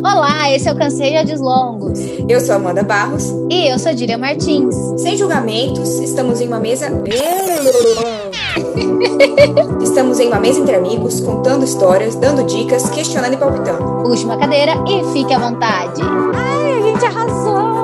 Olá, esse é o Canseio Longos. Eu sou Amanda Barros. E eu sou Dília Martins. Sem julgamentos, estamos em uma mesa... Estamos em uma mesa entre amigos, contando histórias, dando dicas, questionando e palpitando. Puxe uma cadeira e fique à vontade. Ai, a gente arrasou!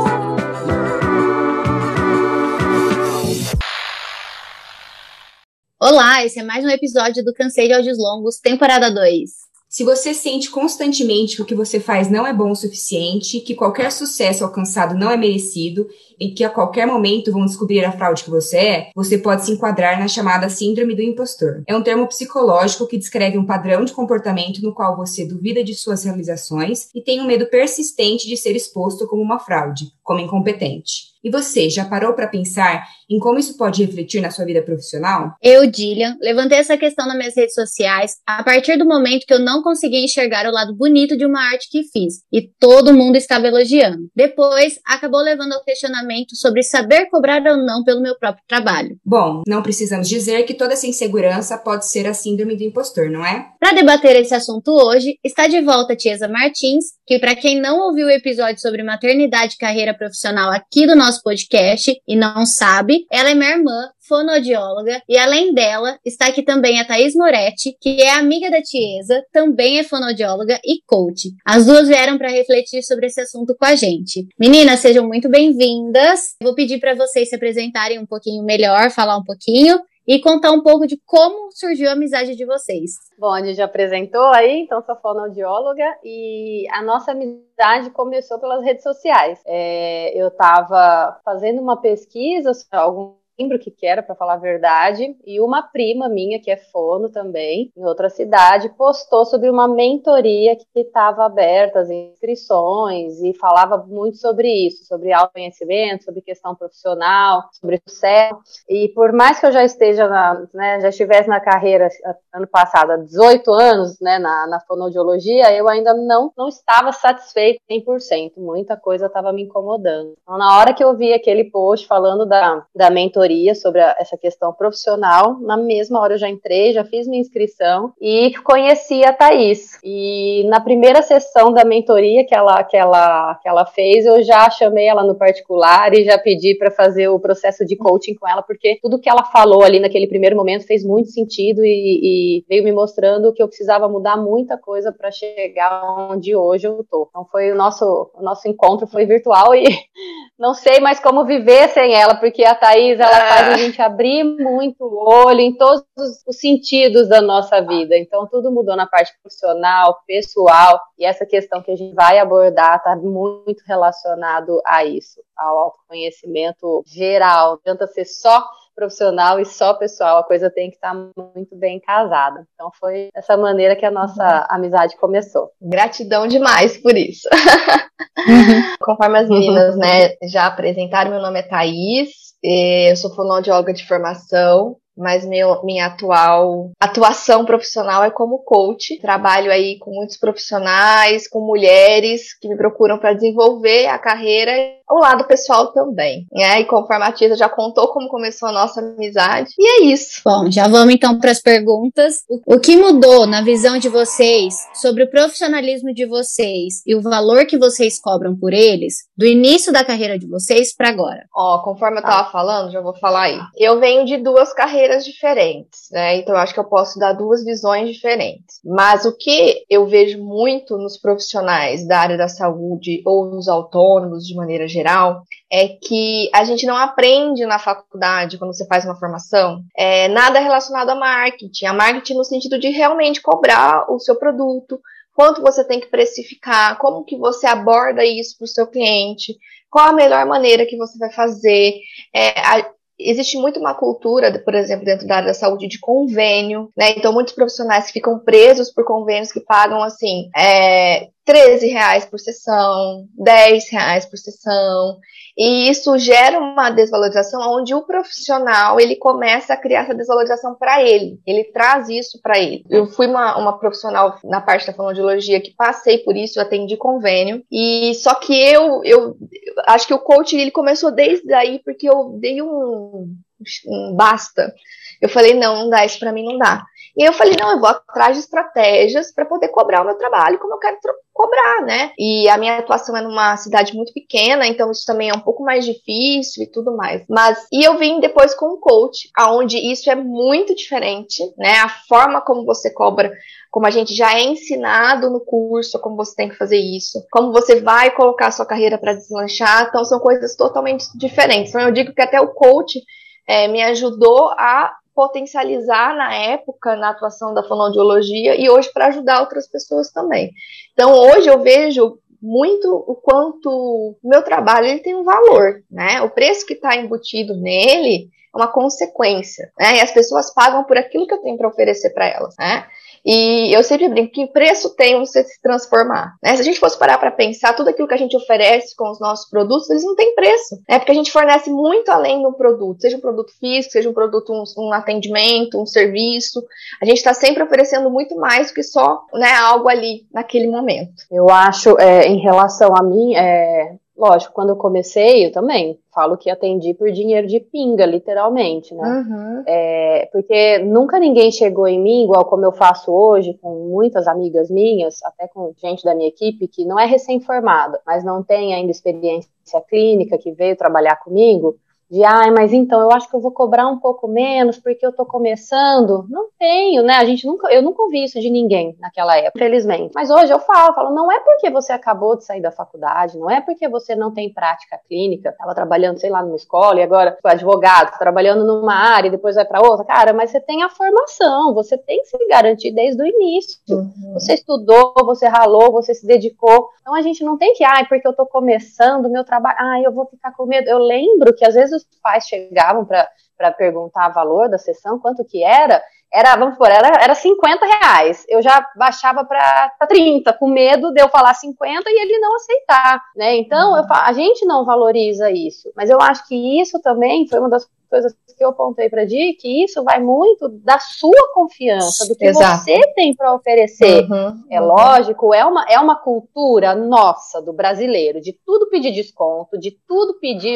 Olá, esse é mais um episódio do Canseio Longos, temporada 2. Se você sente constantemente que o que você faz não é bom o suficiente, que qualquer sucesso alcançado não é merecido e que a qualquer momento vão descobrir a fraude que você pode se enquadrar na chamada Síndrome do Impostor. É um termo psicológico que descreve um padrão de comportamento no qual você duvida de suas realizações e tem um medo persistente de ser exposto como uma fraude, como incompetente. E você, já parou para pensar em como isso pode refletir na sua vida profissional? Eu, Dília, levantei essa questão nas minhas redes sociais a partir do momento que eu não conseguia enxergar o lado bonito de uma arte que fiz, e todo mundo estava elogiando. Depois, acabou levando ao questionamento sobre saber cobrar ou não pelo meu próprio trabalho. Bom, não precisamos dizer que toda essa insegurança pode ser a síndrome do impostor, não é? Para debater esse assunto hoje, está de volta a Tiesa Martins, que para quem não ouviu o episódio sobre maternidade e carreira profissional aqui do nosso podcast e não sabe, ela é minha irmã, fonoaudióloga, e além dela, está aqui também a Thaís Moretti, que é amiga da Tiesa, também é fonoaudióloga e coach. As duas vieram para refletir sobre esse assunto com a gente. Meninas, sejam muito bem-vindas. Vou pedir para vocês se apresentarem um pouquinho melhor, falar um pouquinho e contar um pouco de como surgiu a amizade de vocês. Bom, a gente já apresentou aí, então sou fonoaudióloga e a nossa amizade começou pelas redes sociais. Eu estava fazendo uma pesquisa, lembro o que era, para falar a verdade, e uma prima minha, que é fono também, em outra cidade, postou sobre uma mentoria que estava aberta, as inscrições, e falava muito sobre isso, sobre autoconhecimento, sobre questão profissional, sobre sucesso, e por mais que eu já esteja, já estivesse na carreira ano passado, há 18 anos, na fonoaudiologia, eu ainda não estava satisfeita 100%, muita coisa estava me incomodando. Então, na hora que eu vi aquele post falando da mentoria, sobre essa questão profissional, na mesma hora eu já entrei, já fiz minha inscrição e conheci a Thaís. E na primeira sessão da mentoria que ela fez, eu já chamei ela no particular e já pedi para fazer o processo de coaching com ela, porque tudo que ela falou ali naquele primeiro momento fez muito sentido e veio me mostrando que eu precisava mudar muita coisa para chegar onde hoje eu tô. Então foi o nosso encontro foi virtual e não sei mais como viver sem ela, porque a Thaís, ela faz a gente abrir muito o olho em todos os sentidos da nossa vida. Então, tudo mudou na parte profissional, pessoal, e essa questão que a gente vai abordar está muito relacionado a isso, ao autoconhecimento geral. Não adianta ser só profissional e só pessoal, a coisa tem que estar muito bem casada. Então, foi dessa maneira que a nossa amizade começou. Gratidão demais por isso. Conforme as meninas, já apresentaram, meu nome é Thaís, eu sou fonoaudióloga de formação, mas minha atuação profissional é como coach. Trabalho aí com muitos profissionais, com mulheres que me procuram para desenvolver a carreira, o lado pessoal também, E conforme a Tiesa já contou como começou a nossa amizade, e é isso. Bom, já vamos então para as perguntas. O que mudou na visão de vocês sobre o profissionalismo de vocês e o valor que vocês cobram por eles, do início da carreira de vocês para agora? Conforme eu estava falando, já vou falar aí. Eu venho de duas carreiras diferentes, Então eu acho que eu posso dar duas visões diferentes. Mas o que eu vejo muito nos profissionais da área da saúde ou nos autônomos de maneira geral é que a gente não aprende na faculdade, quando você faz uma formação, nada relacionado a marketing no sentido de realmente cobrar o seu produto, quanto você tem que precificar, como que você aborda isso para o seu cliente, qual a melhor maneira que você vai fazer. Existe muito uma cultura, por exemplo, dentro da área da saúde, de convênio, Então, muitos profissionais ficam presos por convênios que pagam, assim, R$13 por sessão, R$10 por sessão, e isso gera uma desvalorização onde o profissional, ele começa a criar essa desvalorização para ele traz isso para ele. Eu fui uma profissional na parte da fonoaudiologia que passei por isso, eu atendi convênio, e só que eu acho que o coaching, ele começou desde aí, porque eu dei um basta. Eu falei, não dá, isso pra mim não dá. E eu falei, não, eu vou atrás de estratégias para poder cobrar o meu trabalho como eu quero cobrar, né? E a minha atuação é numa cidade muito pequena, então isso também é um pouco mais difícil e tudo mais. E eu vim depois com um coach, aonde isso é muito diferente, né? A forma como você cobra, como a gente já é ensinado no curso, como você tem que fazer isso, como você vai colocar a sua carreira para deslanchar, então são coisas totalmente diferentes. Então eu digo que até o coach me ajudou a potencializar na época, na atuação da fonoaudiologia e hoje para ajudar outras pessoas também. Então hoje eu vejo muito o quanto o meu trabalho ele tem um valor, né? O preço que está embutido nele é uma consequência, né? E as pessoas pagam por aquilo que eu tenho para oferecer para elas, né? E eu sempre brinco, que preço tem você se transformar, né? Se a gente fosse parar para pensar, tudo aquilo que a gente oferece com os nossos produtos, eles não têm preço, né? Porque a gente fornece muito além do produto, seja um produto físico, seja um produto, um atendimento, um serviço. A gente está sempre oferecendo muito mais do que só, né, algo ali naquele momento. Eu acho, em relação a mim, lógico, quando eu comecei, eu também falo que atendi por dinheiro de pinga, literalmente, né? Uhum. Porque nunca ninguém chegou em mim, igual como eu faço hoje, com muitas amigas minhas, até com gente da minha equipe, que não é recém-formada, mas não tem ainda experiência clínica, que veio trabalhar comigo, mas então eu acho que eu vou cobrar um pouco menos porque eu tô começando. Não tenho, né? Eu nunca ouvi isso de ninguém naquela época, infelizmente. Mas hoje eu falo, não é porque você acabou de sair da faculdade, não é porque você não tem prática clínica, tava trabalhando, sei lá, numa escola e agora foi advogado, trabalhando numa área e depois vai para outra. Cara, mas você tem a formação, você tem que se garantir desde o início. Uhum. Você estudou, você ralou, você se dedicou. Então a gente não tem que, porque eu tô começando o meu trabalho, eu vou ficar com medo. Eu lembro que às vezes os pais chegavam para perguntar o valor da sessão, quanto que era, vamos supor, era R$50. Eu já baixava para 30, com medo de eu falar 50 e ele não aceitar, né? Então, a gente não valoriza isso. Mas eu acho que isso também foi uma das coisas que eu apontei para Di, que isso vai muito da sua confiança, do que Exato. você tem para oferecer. Lógico, é uma cultura nossa, do brasileiro, de tudo pedir desconto, de tudo pedir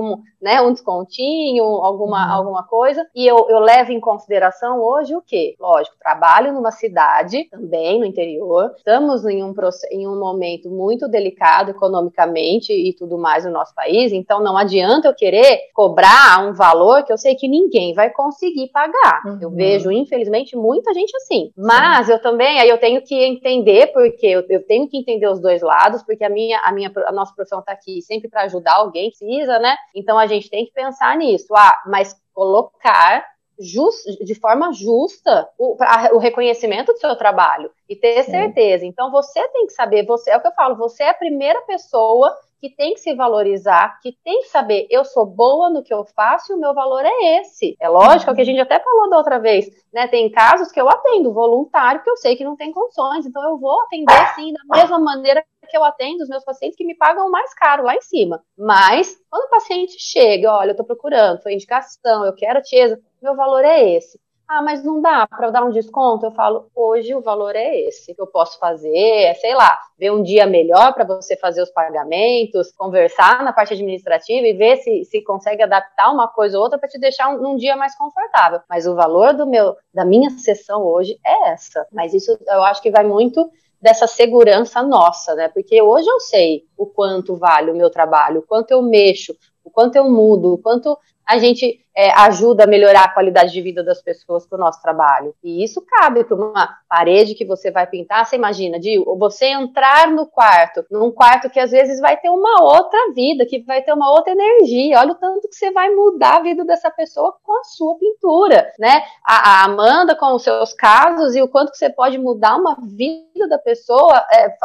um descontinho, alguma coisa, e eu levo em consideração hoje o quê? Lógico, trabalho numa cidade, também no interior, estamos em um momento muito delicado economicamente e tudo mais no nosso país, então não adianta eu querer cobrar um valor que eu sei que ninguém vai conseguir pagar. Eu vejo, infelizmente, muita gente assim. Mas eu também, aí eu tenho que entender, porque eu tenho que entender os dois lados, porque a nossa profissão está aqui sempre para ajudar alguém que precisa, né? Então a gente tem que pensar nisso. Mas colocar de forma justa o reconhecimento do seu trabalho e ter certeza. Então você tem que saber, é o que eu falo, você é a primeira pessoa que tem que se valorizar, que tem que saber, eu sou boa no que eu faço e o meu valor é esse. É lógico, que a gente até falou da outra vez, né? Tem casos que eu atendo voluntário, que eu sei que não tem condições, então eu vou atender, sim, da mesma maneira que eu atendo os meus pacientes que me pagam mais caro lá em cima. Mas, quando o paciente chega, olha, eu tô procurando, foi indicação, eu quero TIESA, meu valor é esse. Mas não dá para eu dar um desconto? Eu falo, hoje o valor é esse. O que eu posso fazer sei lá, ver um dia melhor para você fazer os pagamentos, conversar na parte administrativa e ver se consegue adaptar uma coisa ou outra para te deixar num dia mais confortável. Mas o valor da minha sessão hoje é essa. Mas isso eu acho que vai muito dessa segurança nossa, né? Porque hoje eu sei o quanto vale o meu trabalho, o quanto eu mexo, o quanto eu mudo, o quanto a gente ajuda a melhorar a qualidade de vida das pessoas com o nosso trabalho. E isso cabe para uma parede que você vai pintar. Você imagina, você entrar num quarto que às vezes vai ter uma outra vida, que vai ter uma outra energia. Olha o tanto que você vai mudar a vida dessa pessoa com a sua pintura, né? A Amanda com os seus casos e o quanto que você pode mudar uma vida da pessoa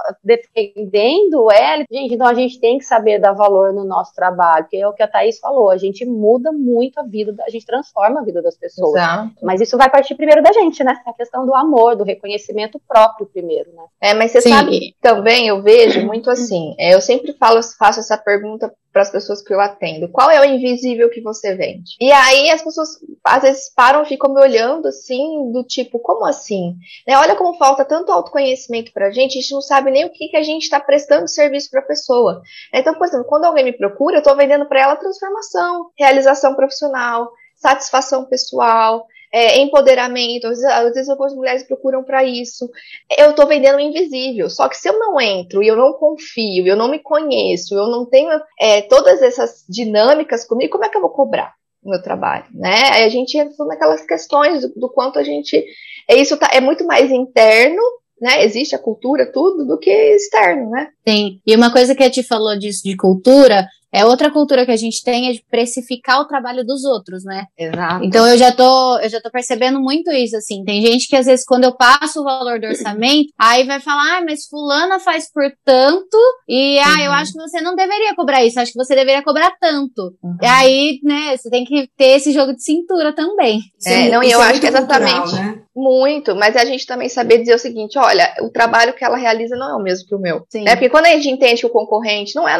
defendendo ela. Gente, então a gente tem que saber dar valor no nosso trabalho, que é o que a Thaís falou, a gente muda muito a vida, a gente transforma a vida das pessoas. Exato. Mas isso vai partir primeiro da gente, né? A questão do amor, do reconhecimento próprio primeiro, né? Mas você sabe, também eu vejo muito assim, eu sempre faço essa pergunta para as pessoas que eu atendo, qual é o invisível que você vende? E aí as pessoas às vezes param e ficam me olhando assim, do tipo, como assim? Né? Olha como falta tanto autoconhecimento pra gente, a gente não sabe nem o que a gente está prestando de serviço para a pessoa. Então, por exemplo, quando alguém me procura, eu estou vendendo para ela transformação, realização profissional, satisfação pessoal. empoderamento. Às vezes algumas mulheres procuram para isso. Eu estou vendendo o invisível. Só que se eu não entro, e eu não confio, eu não me conheço, eu não tenho todas essas dinâmicas comigo, como é que eu vou cobrar o meu trabalho, né? Aí a gente entra naquelas questões do quanto a gente... Isso é muito mais interno, né? Existe a cultura, tudo, do que externo, né? Sim. E uma coisa que a Ti falou disso de cultura, outra cultura que a gente tem é de precificar o trabalho dos outros, né? Exato. Então eu já tô percebendo muito isso, assim. Tem gente que às vezes quando eu passo o valor do orçamento, aí vai falar, mas fulana faz por tanto e eu acho que você não deveria cobrar isso, acho que você deveria cobrar tanto. E aí, né, você tem que ter esse jogo de cintura também. E eu acho que exatamente né? Muito, mas a gente também saber dizer o seguinte, olha, o trabalho que ela realiza não é o mesmo que o meu. Sim. Né? Porque quando a gente entende que o concorrente não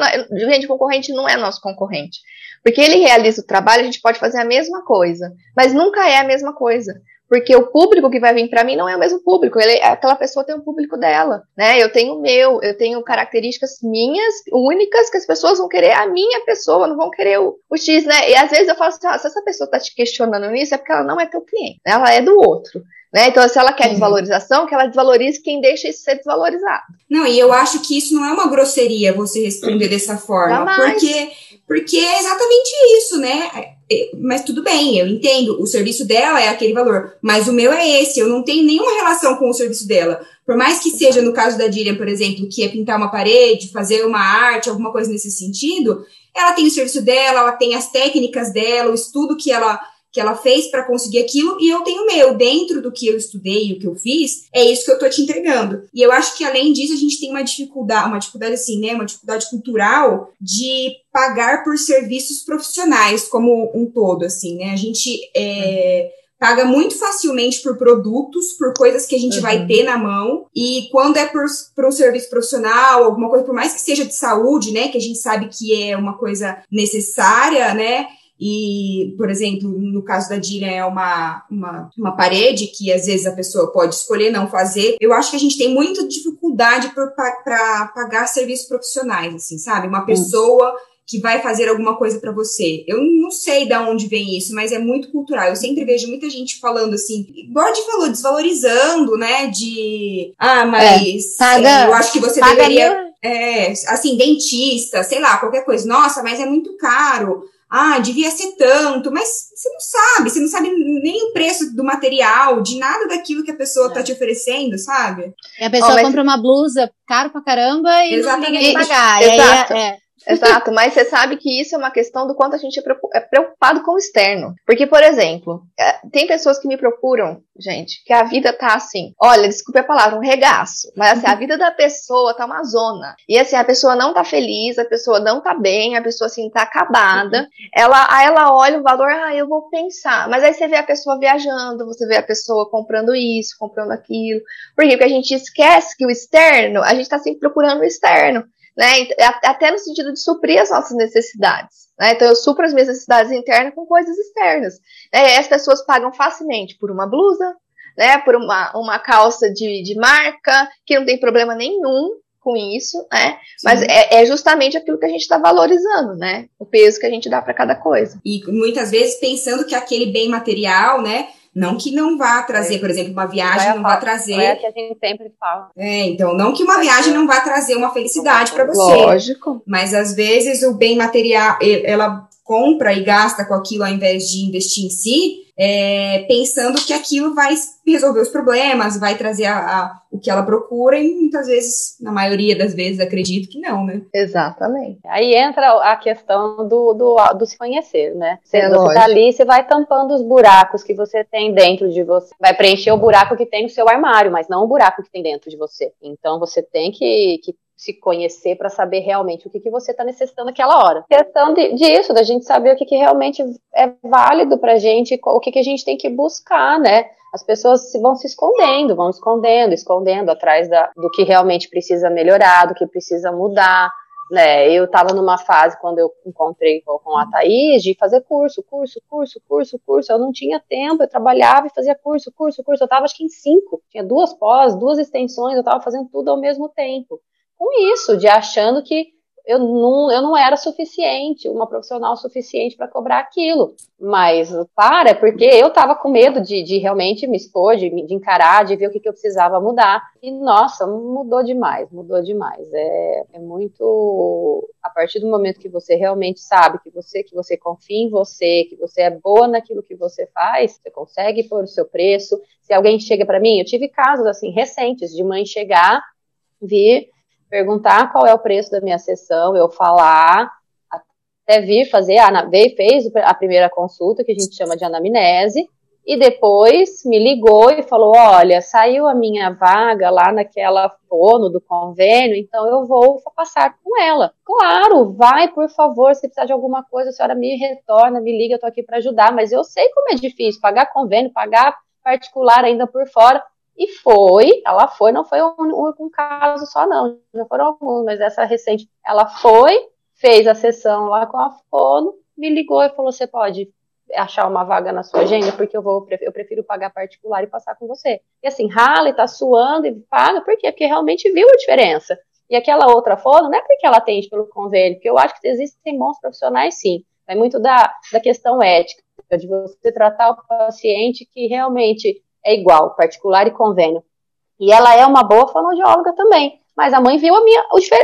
é nosso concorrente. Porque ele realiza o trabalho, a gente pode fazer a mesma coisa, mas nunca é a mesma coisa. Porque o público que vai vir para mim não é o mesmo público. Aquela pessoa tem um público dela, né? Eu tenho o meu, eu tenho características minhas, únicas, que as pessoas vão querer a minha pessoa, não vão querer o X, né? E às vezes eu falo assim, se essa pessoa tá te questionando nisso, é porque ela não é teu cliente, né? Ela é do outro. Né? Então, se ela quer desvalorização, que ela desvalorize quem deixa isso ser desvalorizado. Não, e eu acho que isso não é uma grosseria você responder dessa forma. Porque é exatamente isso, né? Mas tudo bem, eu entendo, o serviço dela é aquele valor, mas o meu é esse, eu não tenho nenhuma relação com o serviço dela. Por mais que seja, no caso da Dilian, por exemplo, que é pintar uma parede, fazer uma arte, alguma coisa nesse sentido, ela tem o serviço dela, ela tem as técnicas dela, o estudo que ela fez para conseguir aquilo, e eu tenho o meu. Dentro do que eu estudei e o que eu fiz, é isso que eu tô te entregando. E eu acho que, além disso, a gente tem uma dificuldade assim, né, uma dificuldade cultural de pagar por serviços profissionais como um todo, assim, né? A gente paga muito facilmente por produtos, por coisas que a gente vai ter na mão, e quando é por um serviço profissional, alguma coisa, por mais que seja de saúde, né, que a gente sabe que é uma coisa necessária, né, e, por exemplo, no caso da Dilian é uma parede que às vezes a pessoa pode escolher não fazer. Eu acho que a gente tem muita dificuldade para pagar serviços profissionais, assim, sabe? Uma pessoa que vai fazer alguma coisa para você. Eu não sei de onde vem isso, mas é muito cultural. Eu sempre vejo muita gente falando assim, igual a gente falou, desvalorizando, né? Mas eu acho que você deveria... assim, dentista, sei lá, qualquer coisa. Nossa, mas é muito caro. Devia ser tanto, mas você não sabe nem o preço do material, de nada daquilo que a pessoa tá te oferecendo, sabe? E a pessoa compra uma blusa caro pra caramba e não tem nem pagar. Exato. Exato, mas você sabe que isso é uma questão do quanto a gente é preocupado com o externo. Porque, por exemplo, tem pessoas que me procuram, gente, que a vida tá assim, olha, desculpe a palavra, um regaço, mas assim, a vida da pessoa tá uma zona. E assim, a pessoa não tá feliz, a pessoa não tá bem, a pessoa assim tá acabada. Ela olha o valor, eu vou pensar. Mas aí você vê a pessoa viajando, você vê a pessoa comprando isso, comprando aquilo. Por quê? Porque a gente esquece que o externo, a gente tá sempre procurando o externo. Né? Até no sentido de suprir as nossas necessidades, né? Então eu supro as minhas necessidades internas com coisas externas, né? E as pessoas pagam facilmente por uma blusa, né? Por uma calça de marca, que não tem problema nenhum com isso, né? Sim. Mas é justamente aquilo que a gente está valorizando, né? O peso que a gente dá para cada coisa. E muitas vezes pensando que aquele bem material, né? Não que não vá trazer, por exemplo, uma viagem não vá trazer... É o que a gente sempre fala. Então, não que uma viagem não vá trazer uma felicidade para você. Lógico. Mas, às vezes, o bem material, ela compra e gasta com aquilo ao invés de investir em si, pensando que aquilo vai resolver os problemas, vai trazer o que ela procura, e muitas vezes, na maioria das vezes, acredito que não, né? Exatamente. Aí entra a questão do se conhecer, né? Você tá ali, você vai tampando os buracos que você tem dentro de você. Vai preencher o buraco que tem no seu armário, mas não o buraco que tem dentro de você. Então, você tem que se conhecer para saber realmente o que você está necessitando naquela hora. Questão disso, da gente saber o que realmente é válido pra gente, o que a gente tem que buscar, né? As pessoas vão se escondendo, escondendo atrás do que realmente precisa melhorar, do que precisa mudar, né? Eu estava numa fase, quando eu encontrei com a Thaís, de fazer curso. Eu não tinha tempo, eu trabalhava e fazia curso. Eu estava, acho que em 5. Tinha 2 pós, 2 extensões, eu estava fazendo tudo ao mesmo tempo. Com isso, de achando que eu não era suficiente, uma profissional suficiente para cobrar aquilo. Mas, porque eu estava com medo de realmente me expor, de encarar, de ver o que eu precisava mudar. E, nossa, mudou demais. É muito... A partir do momento que você realmente sabe que você confia em você, que você é boa naquilo que você faz, você consegue pôr o seu preço. Se alguém chega para mim, eu tive casos, assim, recentes, de mãe chegar, vir perguntar qual é o preço da minha sessão, eu falar, até vir fazer, fez a primeira consulta, que a gente chama de anamnese, e depois me ligou e falou, olha, saiu a minha vaga lá naquela fono do convênio, então eu vou passar com ela. Claro, vai, por favor, se precisar de alguma coisa, a senhora me retorna, me liga, eu tô aqui para ajudar, mas eu sei como é difícil pagar convênio, pagar particular ainda por fora. E ela foi, não foi um caso só não, já foram alguns, mas essa recente, ela foi, fez a sessão lá com a fono, me ligou e falou, você pode achar uma vaga na sua agenda, porque eu prefiro pagar particular e passar com você. E assim, rala e tá suando e paga, por quê? Porque realmente viu a diferença. E aquela outra fono, não é porque ela atende pelo convênio, porque eu acho que existem bons profissionais sim, é muito da questão ética, de você tratar o paciente que realmente é igual, particular e convênio. E ela é uma boa fonoaudióloga também. Mas a mãe viu o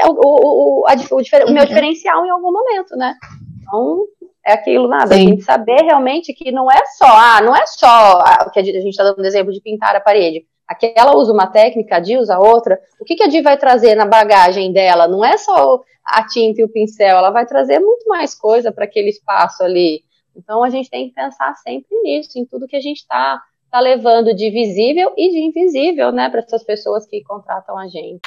meu diferencial em algum momento, né? Então, é aquilo, nada. Sim. A gente saber realmente que não é só o que a gente está dando exemplo de pintar a parede. Aquela usa uma técnica, a Di usa outra. O que a Di vai trazer na bagagem dela? Não é só a tinta e o pincel, ela vai trazer muito mais coisa para aquele espaço ali. Então, a gente tem que pensar sempre nisso, em tudo que a gente está levando de visível e de invisível, né, para essas pessoas que contratam a gente.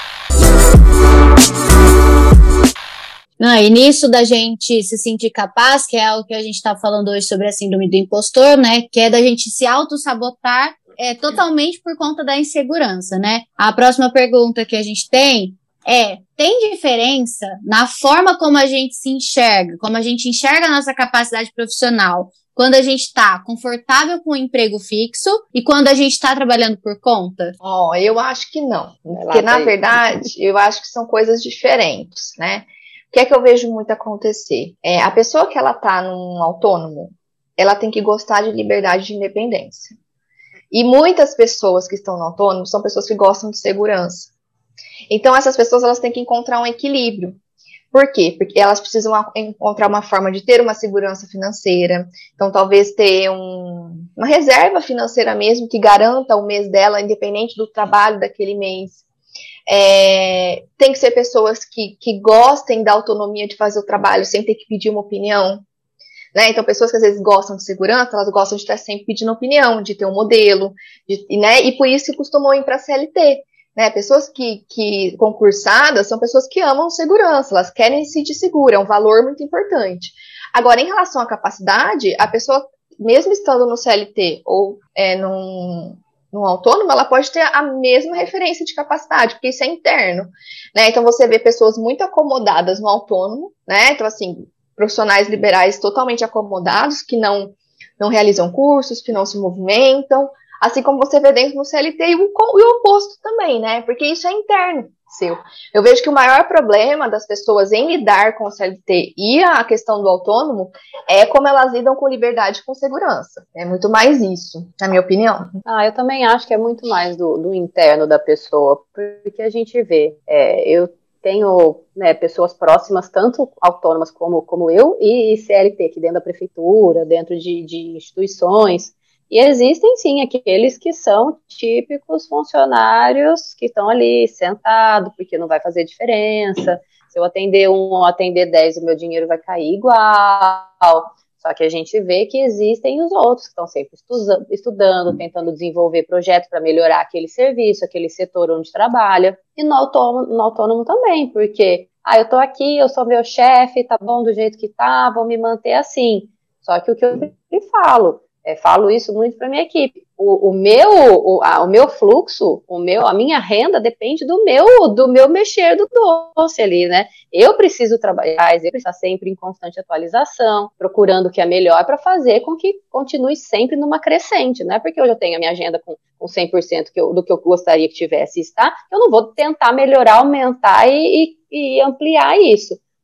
Não, e nisso da gente se sentir capaz, que é algo que a gente está falando hoje sobre a síndrome do impostor, né, que é da gente se auto-sabotar totalmente por conta da insegurança, né. A próxima pergunta que a gente tem diferença na forma como a gente se enxerga, como a gente enxerga a nossa capacidade profissional, quando a gente está confortável com um emprego fixo e quando a gente está trabalhando por conta? Eu acho que não. Porque, na verdade, eu acho que são coisas diferentes, né? O que é que eu vejo muito acontecer? A pessoa que ela tá num autônomo, ela tem que gostar de liberdade e de independência. E muitas pessoas que estão no autônomo são pessoas que gostam de segurança. Então, essas pessoas elas têm que encontrar um equilíbrio. Por quê? Porque elas precisam encontrar uma forma de ter uma segurança financeira. Então, talvez ter uma reserva financeira mesmo que garanta o mês dela, independente do trabalho daquele mês. Tem que ser pessoas que gostem da autonomia de fazer o trabalho sem ter que pedir uma opinião. Né? Então, pessoas que às vezes gostam de segurança, elas gostam de estar sempre pedindo opinião, de ter um modelo, né? E por isso que costumam ir para a CLT. Né, pessoas que concursadas são pessoas que amam segurança, elas querem se sentir segura, é um valor muito importante. Agora, em relação à capacidade, a pessoa, mesmo estando no CLT ou num autônomo, ela pode ter a mesma referência de capacidade, porque isso é interno. Né? Então, você vê pessoas muito acomodadas no autônomo, né? Então, assim, profissionais liberais totalmente acomodados, que não realizam cursos, que não se movimentam, assim como você vê dentro do CLT e o oposto também, né? Porque isso é interno seu. Eu vejo que o maior problema das pessoas em lidar com o CLT e a questão do autônomo é como elas lidam com liberdade e com segurança. É muito mais isso, na minha opinião. Eu também acho que é muito mais do interno da pessoa, porque a gente vê, eu tenho pessoas próximas, tanto autônomas como eu, e CLT, aqui dentro da prefeitura, dentro de instituições. E existem, sim, aqueles que são típicos funcionários que estão ali sentados, porque não vai fazer diferença. Se eu atender 1 ou atender 10, o meu dinheiro vai cair igual. Só que a gente vê que existem os outros que estão sempre estudando, tentando desenvolver projetos para melhorar aquele serviço, aquele setor onde trabalha. E no autônomo também, porque eu estou aqui, eu sou meu chefe, tá bom do jeito que tá, vou me manter assim. Só que o que eu sempre falo isso muito para minha equipe. O meu fluxo, a minha renda depende do meu mexer do doce ali, né? Eu preciso trabalhar, eu preciso estar sempre em constante atualização, procurando o que é melhor para fazer com que continue sempre numa crescente, não é porque hoje eu tenho a minha agenda com 100% do que eu gostaria que tivesse, tá? Eu não vou tentar melhorar, aumentar e ampliar isso.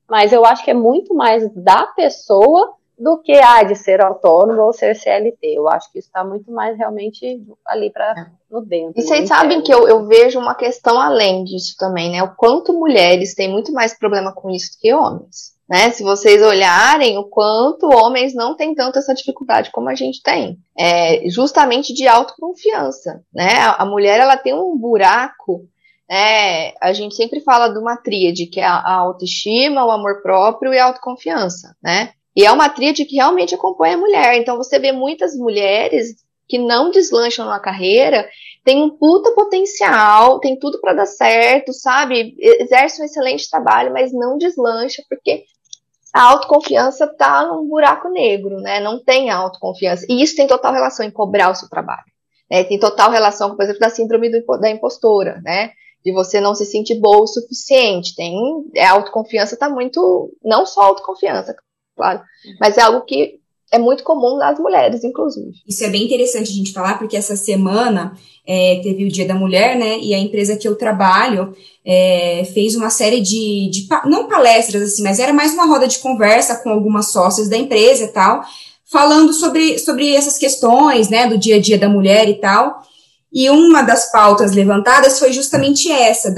Mas eu acho que é muito mais da pessoa do que de ser autônomo ou ser CLT. Eu acho que isso está muito mais realmente ali no dentro. E vocês sabem que eu vejo uma questão além disso também, né? O quanto mulheres têm muito mais problema com isso do que homens, né? Se vocês olharem o quanto homens não têm tanto essa dificuldade como a gente tem. É justamente de autoconfiança, né? A mulher, ela tem um buraco, a gente sempre fala de uma tríade, que é a autoestima, o amor próprio e a autoconfiança, né? E é uma tríade que realmente acompanha a mulher. Então você vê muitas mulheres que não deslancham na carreira, tem um puta potencial, tem tudo para dar certo, sabe? Exerce um excelente trabalho, mas não deslancha porque a autoconfiança tá num buraco negro, né? Não tem autoconfiança. E isso tem total relação em cobrar o seu trabalho, né? Tem total relação, por exemplo, da síndrome da impostora, né? De você não se sentir boa o suficiente. A autoconfiança tá muito... Não só autoconfiança, claro, mas é algo que é muito comum nas mulheres, inclusive. Isso é bem interessante a gente falar, porque essa semana teve o Dia da Mulher, né? E a empresa que eu trabalho fez uma série não palestras, assim, mas era mais uma roda de conversa com algumas sócias da empresa e tal, falando sobre essas questões, né? Do dia a dia da mulher e tal. E uma das pautas levantadas foi justamente essa,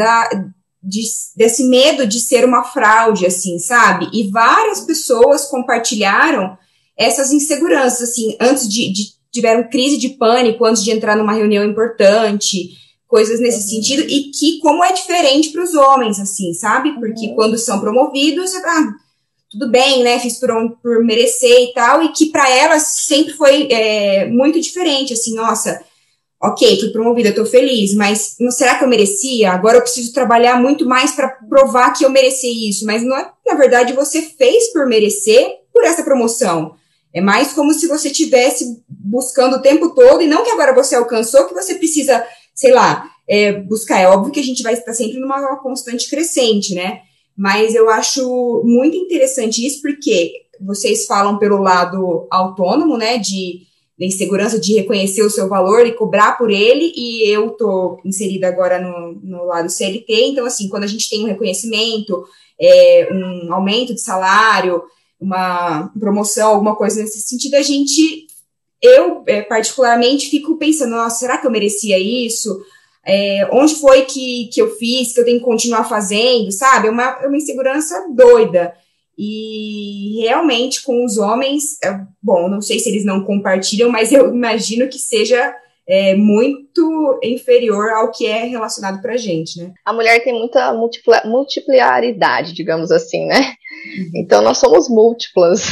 desse medo de ser uma fraude, assim, sabe? E várias pessoas compartilharam essas inseguranças, assim, tiveram crise de pânico antes de entrar numa reunião importante, coisas nesse sentido, e que como é diferente para os homens, assim, sabe? Porque quando são promovidos, tudo bem, né? Fiz por merecer e tal, e que para elas sempre foi muito diferente, assim, nossa... Ok, fui promovida, tô feliz, mas será que eu merecia? Agora eu preciso trabalhar muito mais para provar que eu mereci isso. Mas não é, na verdade, você fez por merecer por essa promoção. É mais como se você estivesse buscando o tempo todo, e não que agora você alcançou, que você precisa, sei lá, buscar. É óbvio que a gente vai estar sempre numa constante crescente, né? Mas eu acho muito interessante isso, porque vocês falam pelo lado autônomo, né, da insegurança de reconhecer o seu valor e cobrar por ele, e eu tô inserida agora no lado CLT, então, assim, quando a gente tem um reconhecimento, um aumento de salário, uma promoção, alguma coisa nesse sentido, eu particularmente fico pensando, nossa, será que eu merecia isso? Onde foi que eu fiz, que eu tenho que continuar fazendo, sabe? É uma insegurança doida. E realmente com os homens, bom, não sei se eles não compartilham, mas eu imagino que seja muito inferior ao que é relacionado pra gente, né? A mulher tem muita multiplicaridade, digamos assim, né? Então nós somos múltiplas.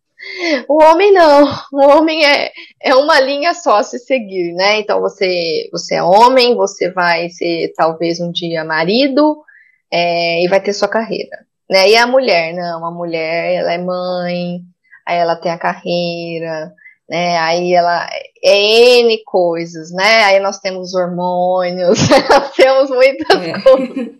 O homem não. O homem é uma linha só a se seguir, né? Então você é homem, você vai ser talvez um dia marido e vai ter sua carreira. Né? E a mulher, não, a mulher, ela é mãe, aí ela tem a carreira, né? Aí ela N coisas, né? Aí nós temos hormônios, nós temos muitas coisas.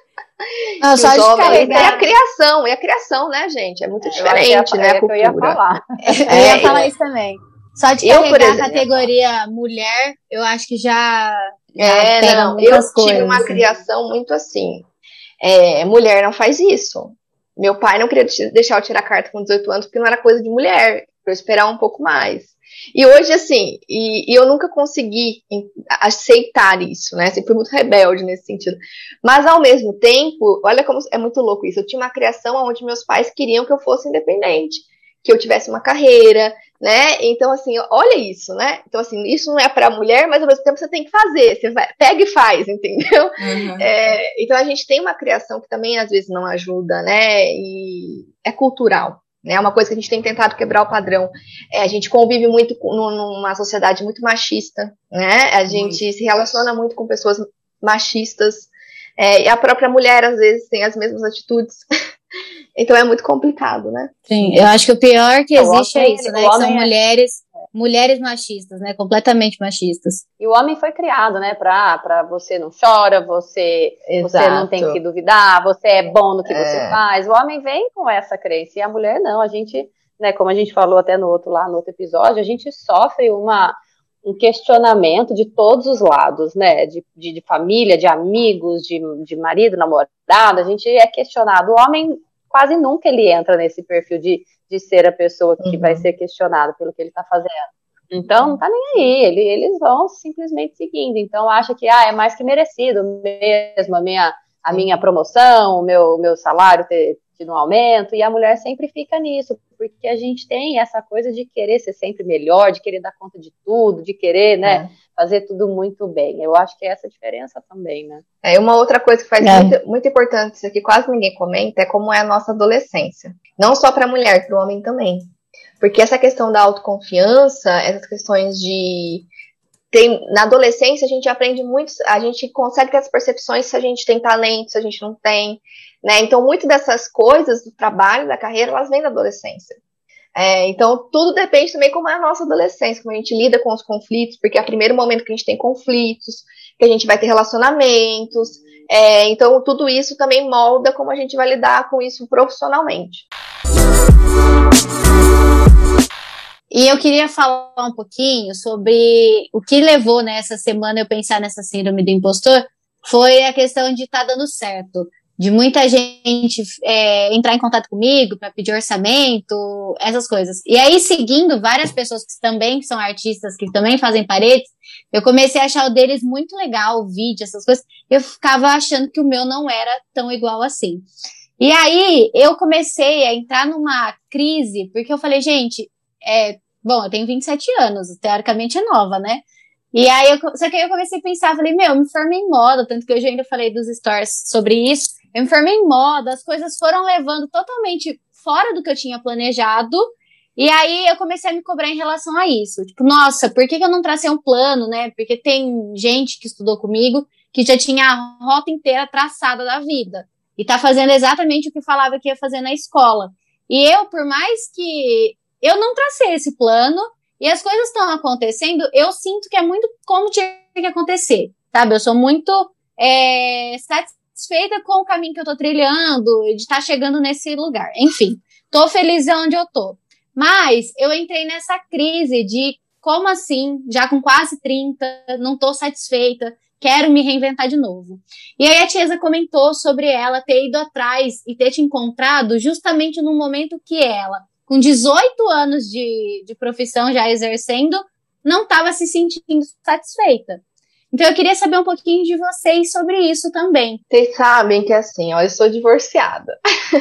Não, só de carregar. E a criação, né, gente? É muito diferente, né, a cultura. Eu ia falar. Eu ia falar isso também. Só de carregar a categoria mulher, eu acho que já pega muitas coisas. Eu tive uma criação muito assim. Mulher não faz isso. Meu pai não queria deixar eu tirar carta com 18 anos porque não era coisa de mulher, pra eu esperar um pouco mais. E hoje, assim, e eu nunca consegui aceitar isso, né? Sempre fui muito rebelde nesse sentido. Mas, ao mesmo tempo, olha como é muito louco isso. Eu tinha uma criação onde meus pais queriam que eu fosse independente, que eu tivesse uma carreira, né? Então, assim, olha isso, né? Então, assim, isso não é pra mulher, mas ao mesmo tempo você tem que fazer. Você pega e faz, entendeu? Uhum. Então, a gente tem uma criação que também, às vezes, não ajuda, né? E é cultural. É uma coisa que a gente tem tentado quebrar o padrão. A gente convive muito numa sociedade muito machista, né? A gente se relaciona muito com pessoas machistas, e a própria mulher, às vezes, tem as mesmas atitudes. Então é muito complicado, né? Sim, eu acho que o pior que existe é isso, né? Que são mulheres machistas, né? Completamente machistas. E o homem foi criado, né? Pra você não chora, você não tem que duvidar, você é bom no que você faz. O homem vem com essa crença, e a mulher não. A gente, né? Como a gente falou até no outro episódio, a gente sofre um questionamento de todos os lados, né? De família, de amigos, de marido, namorado. A gente é questionado. O homem quase nunca ele entra nesse perfil de ser a pessoa que vai ser questionada pelo que ele está fazendo. Então, não tá nem aí, eles vão simplesmente seguindo. Então, acha que é mais que merecido mesmo a minha promoção, o meu salário ter tido um aumento, e a mulher sempre fica nisso, porque a gente tem essa coisa de querer ser sempre melhor, de querer dar conta de tudo, de querer, né, fazer tudo muito bem. Eu acho que é essa a diferença também, né? Uma outra coisa que faz muito importante, isso aqui quase ninguém comenta, é como é a nossa adolescência. Não só para a mulher, para o homem também. Porque essa questão da autoconfiança, essas questões na adolescência a gente aprende muito, a gente consegue ter as percepções se a gente tem talento, se a gente não tem, né? Então, muitas dessas coisas do trabalho, da carreira, elas vêm da adolescência. Então, tudo depende também como é a nossa adolescência, como a gente lida com os conflitos, porque é o primeiro momento que a gente tem conflitos, que a gente vai ter relacionamentos, então tudo isso também molda como a gente vai lidar com isso profissionalmente. E eu queria falar um pouquinho sobre o que levou nessa semana eu pensar nessa síndrome do impostor, foi a questão de estar dando certo, de muita gente entrar em contato comigo para pedir orçamento, essas coisas. E aí, seguindo várias pessoas que também são artistas, que também fazem paredes, eu comecei a achar o deles muito legal, o vídeo, essas coisas, eu ficava achando que o meu não era tão igual assim. E aí, eu comecei a entrar numa crise, porque eu falei, gente, bom, eu tenho 27 anos, teoricamente é nova, né? E aí, só que aí eu comecei a pensar, falei, eu me formei em moda, tanto que hoje eu ainda falei dos stories sobre isso, eu me formei em moda, as coisas foram levando totalmente fora do que eu tinha planejado, e aí eu comecei a me cobrar em relação a isso, tipo, nossa, por que eu não tracei um plano, né? Porque tem gente que estudou comigo, que já tinha a rota inteira traçada da vida, e tá fazendo exatamente o que falava que ia fazer na escola. E eu, por mais que eu não tracei esse plano, e as coisas estão acontecendo, eu sinto que é muito como tinha que acontecer, sabe? Eu sou muito satisfeita com o caminho que eu tô trilhando, de estar chegando nesse lugar. Enfim, tô feliz onde eu tô. Mas eu entrei nessa crise de, como assim, já com quase 30, não tô satisfeita, quero me reinventar de novo. E aí a Tiesa comentou sobre ela ter ido atrás e ter te encontrado justamente no momento que ela, com 18 anos de profissão já exercendo, não estava se sentindo satisfeita. Então eu queria saber um pouquinho de vocês sobre isso também. Vocês sabem que assim, eu sou divorciada.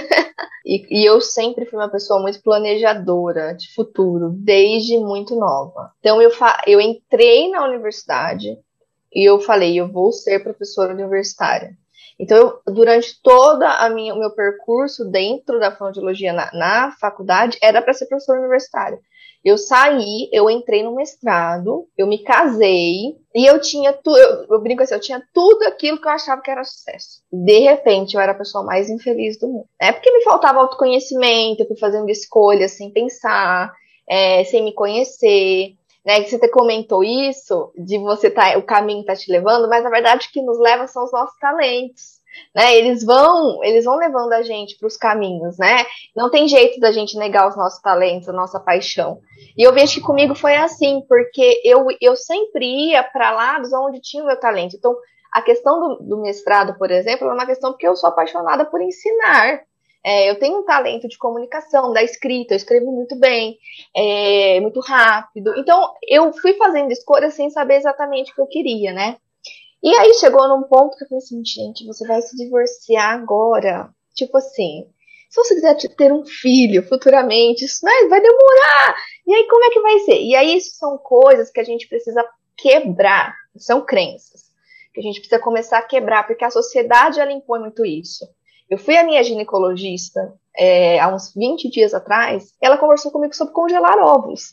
e eu sempre fui uma pessoa muito planejadora de futuro, desde muito nova. Então eu entrei na universidade e eu falei, eu vou ser professora universitária. Então, durante todo o meu percurso dentro da fonoaudiologia na faculdade, era para ser professora universitária. Eu saí, eu entrei no mestrado, eu me casei, e eu tinha tudo, eu brinco assim, eu tinha tudo aquilo que eu achava que era sucesso. De repente, eu era a pessoa mais infeliz do mundo. Porque me faltava autoconhecimento, eu fui fazendo escolhas sem pensar, sem me conhecer. Né, que você comentou isso, de você o caminho tá te levando, mas na verdade o que nos leva são os nossos talentos, né, eles vão levando a gente para os caminhos, né, não tem jeito da gente negar os nossos talentos, a nossa paixão, e eu vejo que comigo foi assim, porque eu sempre ia para lados onde tinha o meu talento. Então a questão do mestrado, por exemplo, é uma questão porque eu sou apaixonada por ensinar. Eu tenho um talento de comunicação, da escrita, eu escrevo muito bem, muito rápido. Então, eu fui fazendo escolhas sem saber exatamente o que eu queria, né? E aí chegou num ponto que eu falei assim, gente, você vai se divorciar agora. Tipo assim, se você quiser ter um filho futuramente, isso vai demorar. E aí, como é que vai ser? E aí, isso são coisas que a gente precisa quebrar, são crenças, que a gente precisa começar a quebrar, porque a sociedade, ela impõe muito isso. Eu fui à minha ginecologista há uns 20 dias atrás, ela conversou comigo sobre congelar ovos.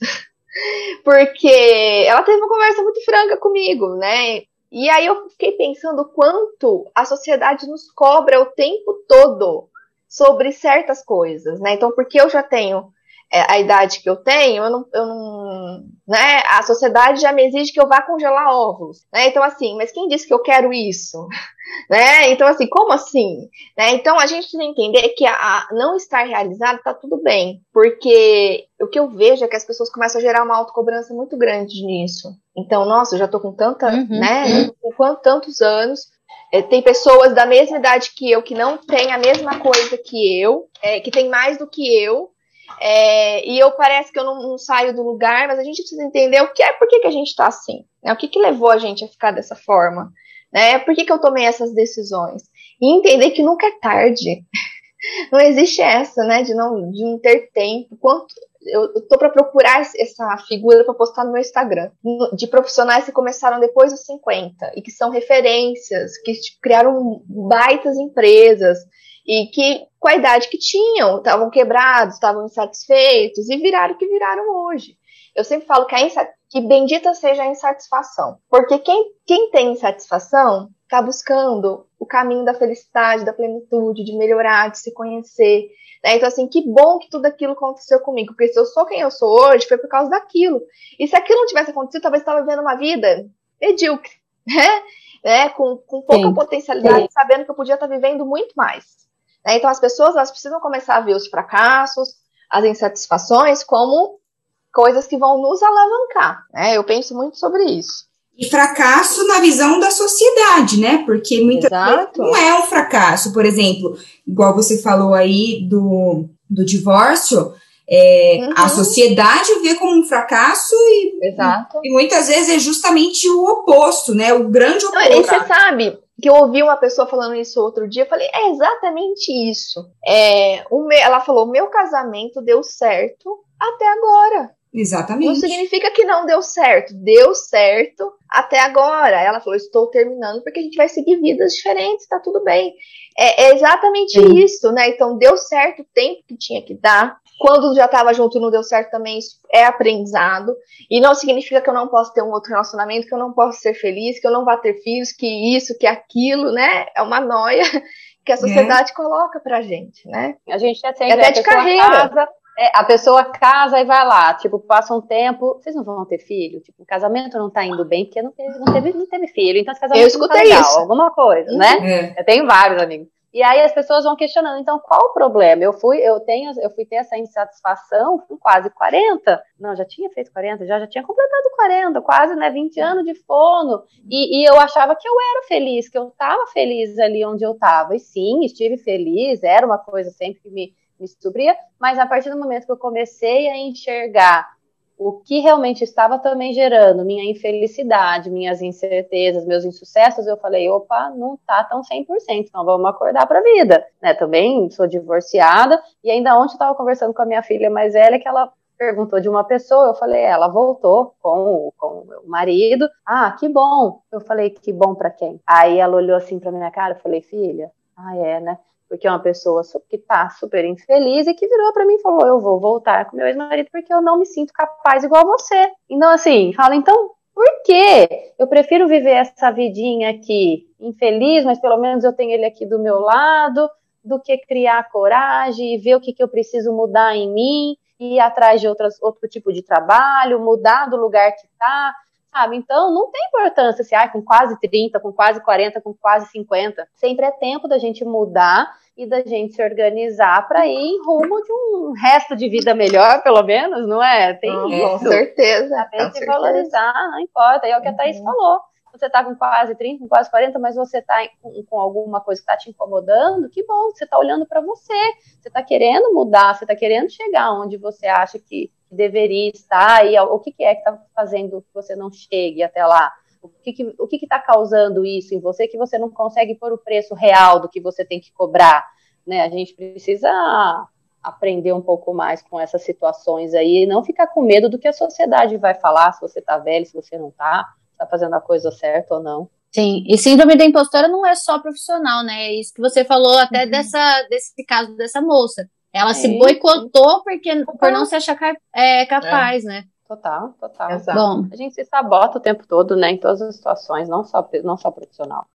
Porque ela teve uma conversa muito franca comigo, né? E aí eu fiquei pensando o quanto a sociedade nos cobra o tempo todo sobre certas coisas, né? Então, porque eu já tenho a idade que eu tenho, eu não, né? A sociedade já me exige que eu vá congelar ovos, né? Então, assim, mas quem disse que eu quero isso? Né? Então, assim, como assim? Né? Então, a gente tem que entender que a não estar realizado tá tudo bem, porque o que eu vejo é que as pessoas começam a gerar uma autocobrança muito grande nisso. Então, nossa, eu já tô com tanta, né? Com tantos anos, Tem pessoas da mesma idade que eu, que não têm a mesma coisa que eu, que tem mais do que eu, e eu parece que eu não saio do lugar, mas a gente precisa entender por que a gente está assim, né? O que levou a gente a ficar dessa forma, né? Por que eu tomei essas decisões? E entender que nunca é tarde. Não existe essa, né, de não ter tempo. Eu tô para procurar essa figura para postar no meu Instagram, de profissionais que começaram depois dos 50 e que são referências, que criaram baitas empresas e que, com a idade que tinham, estavam quebrados, estavam insatisfeitos e viraram o que viraram hoje. Eu sempre falo que bendita seja a insatisfação, porque quem tem insatisfação está buscando o caminho da felicidade, da plenitude, de melhorar, de se conhecer. Então, assim, que bom que tudo aquilo aconteceu comigo, porque se eu sou quem eu sou hoje, foi por causa daquilo. E se aquilo não tivesse acontecido, talvez eu estava vivendo uma vida medíocre, né? Com pouca potencialidade, sabendo que eu podia estar vivendo muito mais. Então, as pessoas, elas precisam começar a ver os fracassos, as insatisfações como coisas que vão nos alavancar, né? Eu penso muito sobre isso. E fracasso na visão da sociedade, né? Porque muitas vezes não é um fracasso. Por exemplo, igual você falou aí do divórcio, a sociedade vê como um fracasso e muitas vezes é justamente o oposto, né? O grande oposto. E você sabe que eu ouvi uma pessoa falando isso outro dia, eu falei, é exatamente isso. Ela falou, meu casamento deu certo até agora. Exatamente. Não significa que não deu certo. Deu certo até agora. Ela falou, estou terminando porque a gente vai seguir vidas diferentes, tá tudo bem. É exatamente isso, né? Então, deu certo o tempo que tinha que dar. Quando já estava junto e não deu certo também, isso é aprendizado. E não significa que eu não posso ter um outro relacionamento, que eu não posso ser feliz, que eu não vou ter filhos, que isso, que aquilo, né? É uma noia que a sociedade coloca pra gente, né? A gente sempre até de carreira. A pessoa casa e vai lá, tipo, passa um tempo, vocês não vão ter filho? Tipo, o casamento não tá indo bem porque não teve filho, então esse casamento não tá legal, isso. Alguma coisa, né? Eu tenho vários amigos. E aí as pessoas vão questionando, então qual o problema? Eu fui ter essa insatisfação com quase 40, não, já tinha feito 40, já tinha completado 40, quase, né, 20 anos de fono, e eu achava que eu era feliz, que eu tava feliz ali onde eu tava, e sim, estive feliz, era uma coisa sempre que me supria, mas a partir do momento que eu comecei a enxergar o que realmente estava também gerando minha infelicidade, minhas incertezas, meus insucessos, eu falei, opa, não tá tão 100%, então vamos acordar pra vida, né? Também sou divorciada, e ainda ontem eu estava conversando com a minha filha mais velha, que ela perguntou de uma pessoa, eu falei, ela voltou com o meu marido, que bom, eu falei, que bom pra quem? Aí ela olhou assim pra minha cara, eu falei, filha, né? Porque é uma pessoa que tá super infeliz e que virou pra mim e falou, eu vou voltar com meu ex-marido porque eu não me sinto capaz igual a você. Então, assim, fala, então, por quê? Eu prefiro viver essa vidinha aqui infeliz, mas pelo menos eu tenho ele aqui do meu lado, do que criar coragem e ver o que eu preciso mudar em mim, ir atrás de outro tipo de trabalho, mudar do lugar que tá. Sabe? Então, não tem importância se com quase 30, com quase 40, com quase 50. Sempre é tempo da gente mudar e da gente se organizar para ir em rumo de um resto de vida melhor, pelo menos, não é? Tem com certeza. Tem que valorizar, não importa. É o que a Thaís falou. Você está com quase 30, com quase 40, mas você está com alguma coisa que está te incomodando, que bom, você está olhando para você. Você está querendo mudar, você está querendo chegar onde você acha que deveria estar, e o que é que está fazendo que você não chegue até lá? O que está causando isso em você que você não consegue pôr o preço real do que você tem que cobrar, né? A gente precisa aprender um pouco mais com essas situações aí, e não ficar com medo do que a sociedade vai falar, se você está velho, se você não está fazendo a coisa certa ou não. Sim, e síndrome da impostora não é só profissional, né? É isso que você falou até desse caso dessa moça. Ela se boicotou por não se achar capaz, né? Total. Exato. Bom, a gente se sabota o tempo todo, né? Em todas as situações, não só profissional.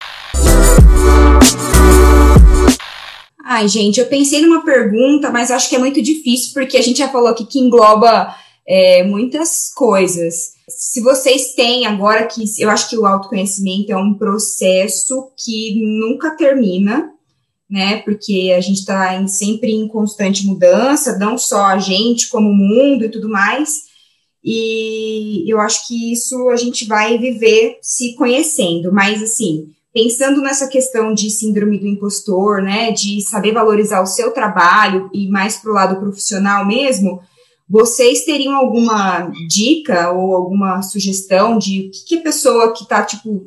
Ai, gente, eu pensei numa pergunta, mas acho que é muito difícil, porque a gente já falou aqui que engloba muitas coisas. Se vocês têm agora, que eu acho que o autoconhecimento é um processo que nunca termina, né, porque a gente está sempre em constante mudança, não só a gente, como o mundo e tudo mais, e eu acho que isso a gente vai viver se conhecendo, mas assim, pensando nessa questão de síndrome do impostor, né, de saber valorizar o seu trabalho e mais para o lado profissional mesmo, vocês teriam alguma dica ou alguma sugestão de que a pessoa que está, tipo,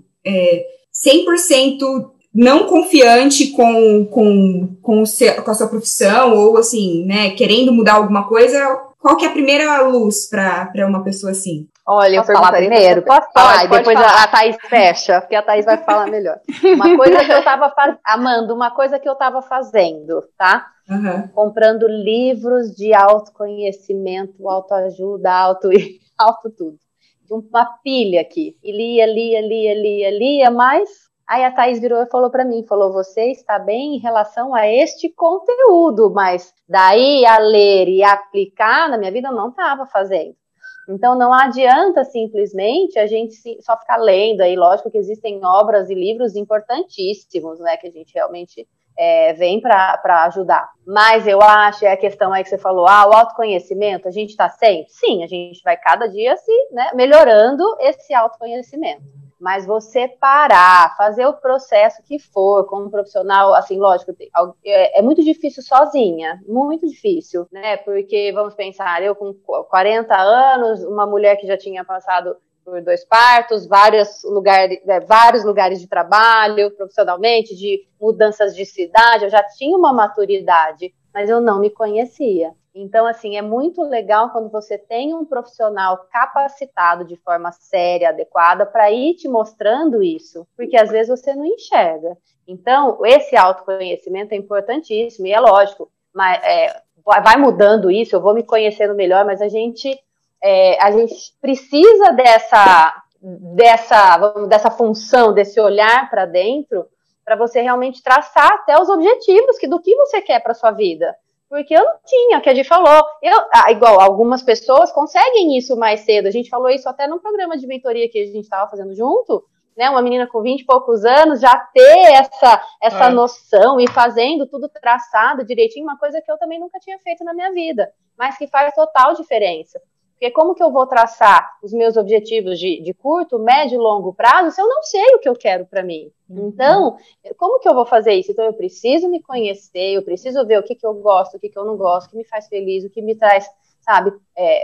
100% não confiante com a sua profissão ou, assim, né, querendo mudar alguma coisa, qual que é a primeira luz para uma pessoa assim? Olha, eu falar primeiro? Posso falar? E depois a Thaís fecha, porque a Thaís vai falar melhor. Uma coisa que eu estava fazendo, Amanda, uma coisa que eu estava fazendo, tá? Uhum. Comprando livros de autoconhecimento, autoajuda, auto tudo. Uma pilha aqui. E lia, mas aí a Thaís virou e falou para mim, você está bem em relação a este conteúdo, mas daí a ler e aplicar na minha vida eu não estava fazendo. Então não adianta simplesmente a gente só ficar lendo aí, lógico que existem obras e livros importantíssimos, né, que a gente realmente vem para ajudar. Mas eu acho, a questão aí que você falou, o autoconhecimento, a gente está sempre? Sim, a gente vai cada dia melhorando esse autoconhecimento. Mas você parar, fazer o processo que for, como profissional, assim, lógico, é muito difícil sozinha, muito difícil, né? Porque, vamos pensar, eu com 40 anos, uma mulher que já tinha passado por 2 partos, vários lugares de trabalho, profissionalmente, de mudanças de cidade, eu já tinha uma maturidade, mas eu não me conhecia. Então, assim, é muito legal quando você tem um profissional capacitado de forma séria, adequada, para ir te mostrando isso, porque às vezes você não enxerga. Então, esse autoconhecimento é importantíssimo, e é lógico, mas vai mudando isso, eu vou me conhecendo melhor, mas a gente precisa dessa função, desse olhar para dentro, para você realmente traçar até os objetivos do que você quer para sua vida. Porque eu não tinha, que a gente falou, igual algumas pessoas conseguem isso mais cedo, a gente falou isso até num programa de mentoria que a gente estava fazendo junto, né, uma menina com 20 e poucos anos já ter essa noção e fazendo tudo traçado direitinho, uma coisa que eu também nunca tinha feito na minha vida, mas que faz total diferença. Porque como que eu vou traçar os meus objetivos de curto, médio e longo prazo se eu não sei o que eu quero para mim? Então, como que eu vou fazer isso? Então, eu preciso me conhecer, eu preciso ver o que eu gosto, o que eu não gosto, o que me faz feliz, o que me traz, sabe,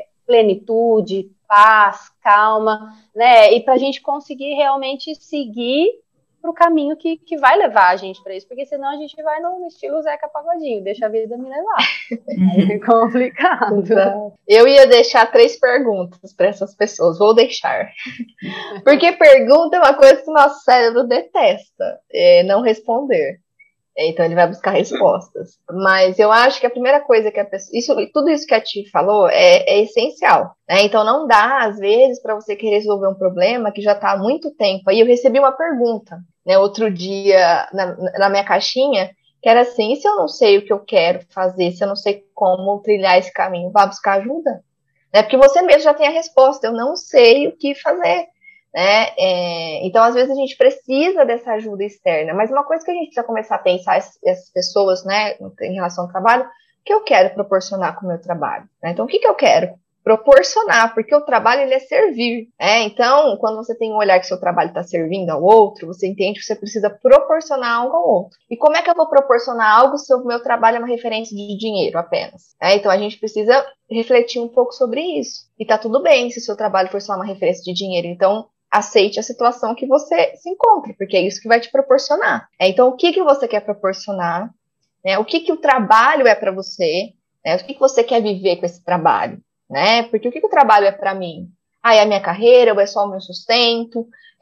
plenitude, paz, calma, né? E para a gente conseguir realmente seguir para o caminho que vai levar a gente para isso, porque senão a gente vai no estilo Zeca Pagodinho, deixa a vida me levar. Aí é complicado. Eu ia deixar 3 perguntas para essas pessoas, vou deixar. Porque pergunta é uma coisa que o nosso cérebro detesta, não responder. Então ele vai buscar respostas. Mas eu acho que a primeira coisa que a pessoa... tudo isso que a Ti falou é essencial. Né? Então não dá, às vezes, para você querer resolver um problema que já está há muito tempo. Aí eu recebi uma pergunta, né, outro dia, na minha caixinha, que era assim: e se eu não sei o que eu quero fazer, se eu não sei como trilhar esse caminho, vá buscar ajuda. Né? Porque você mesmo já tem a resposta, eu não sei o que fazer. Né? Então, às vezes, a gente precisa dessa ajuda externa, mas uma coisa que a gente precisa começar a pensar, essas pessoas, né, em relação ao trabalho, o que eu quero proporcionar com o meu trabalho? Né? Então, o que eu quero proporcionar? Porque o trabalho, ele é servir. Então, quando você tem um olhar que seu trabalho está servindo ao outro, você entende que você precisa proporcionar algo ao outro. E como é que eu vou proporcionar algo se o meu trabalho é uma referência de dinheiro apenas? Então, a gente precisa refletir um pouco sobre isso. E tá tudo bem se o seu trabalho for só uma referência de dinheiro. Então, aceite a situação que você se encontra, porque é isso que vai te proporcionar. Então, o que você quer proporcionar? Né? O que o trabalho é para você? Né? O que você quer viver com esse trabalho? Né? Porque o que o trabalho é para mim? É a minha carreira, ou é só o meu sustento?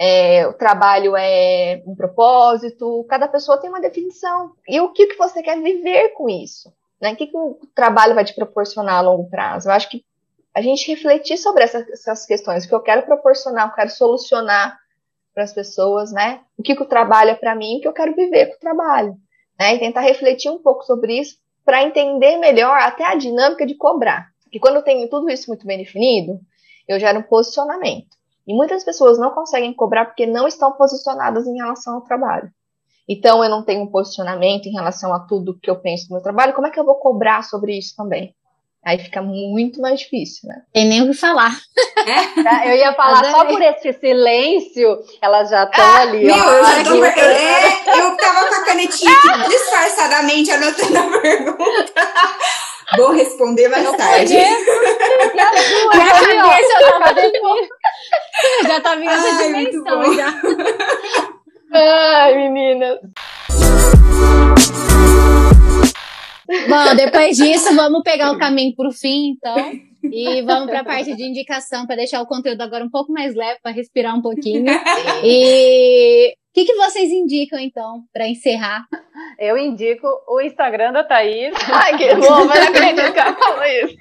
O trabalho é um propósito? Cada pessoa tem uma definição. E o que você quer viver com isso? Né? O que o trabalho vai te proporcionar a longo prazo? Eu acho que a gente refletir sobre essas questões, o que eu quero proporcionar, o que eu quero solucionar para as pessoas, né? O que o trabalho é para mim, o que eu quero viver com o trabalho. Né? E tentar refletir um pouco sobre isso para entender melhor até a dinâmica de cobrar. Porque quando eu tenho tudo isso muito bem definido, eu gero um posicionamento. E muitas pessoas não conseguem cobrar porque não estão posicionadas em relação ao trabalho. Então, eu não tenho um posicionamento em relação a tudo que eu penso no meu trabalho, como é que eu vou cobrar sobre isso também? Aí fica muito mais difícil, né? Tem nem o que falar. Eu ia falar, só por esse silêncio, elas já estão ali. Meu, eu tava com a canetinha aqui disfarçadamente anotando a pergunta. Vou responder mais tarde. Já tá vindo essa dimensão já. Ai, meninas. Bom, depois disso, vamos pegar o caminho pro fim, então. E vamos para a parte de indicação, para deixar o conteúdo agora um pouco mais leve, para respirar um pouquinho. E o que vocês indicam, então, para encerrar? Eu indico o Instagram da Thaís. Ai, que bom, mas não acredito que ela falou isso.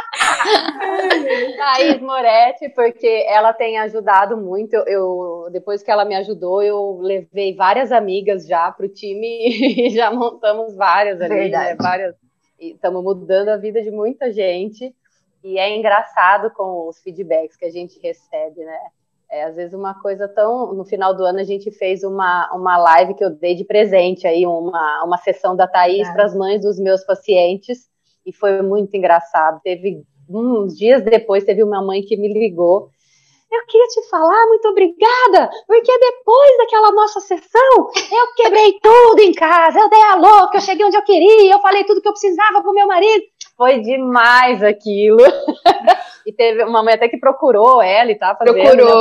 Thaís Moretti, porque ela tem ajudado muito. Depois que ela me ajudou, eu levei várias amigas já pro time e já montamos várias ali, né? Estamos mudando a vida de muita gente. E é engraçado com os feedbacks que a gente recebe, né? Às vezes uma coisa tão... No final do ano a gente fez uma live que eu dei de presente aí, uma sessão da Thaís para as mães dos meus pacientes, e foi muito engraçado. Teve uns dias depois, teve uma mãe que me ligou. Eu queria te falar, muito obrigada, porque depois daquela nossa sessão, eu quebrei tudo em casa, eu dei a louca, eu cheguei onde eu queria, eu falei tudo que eu precisava pro meu marido. Foi demais aquilo. E teve uma mãe até que procurou ela e tá fazendo.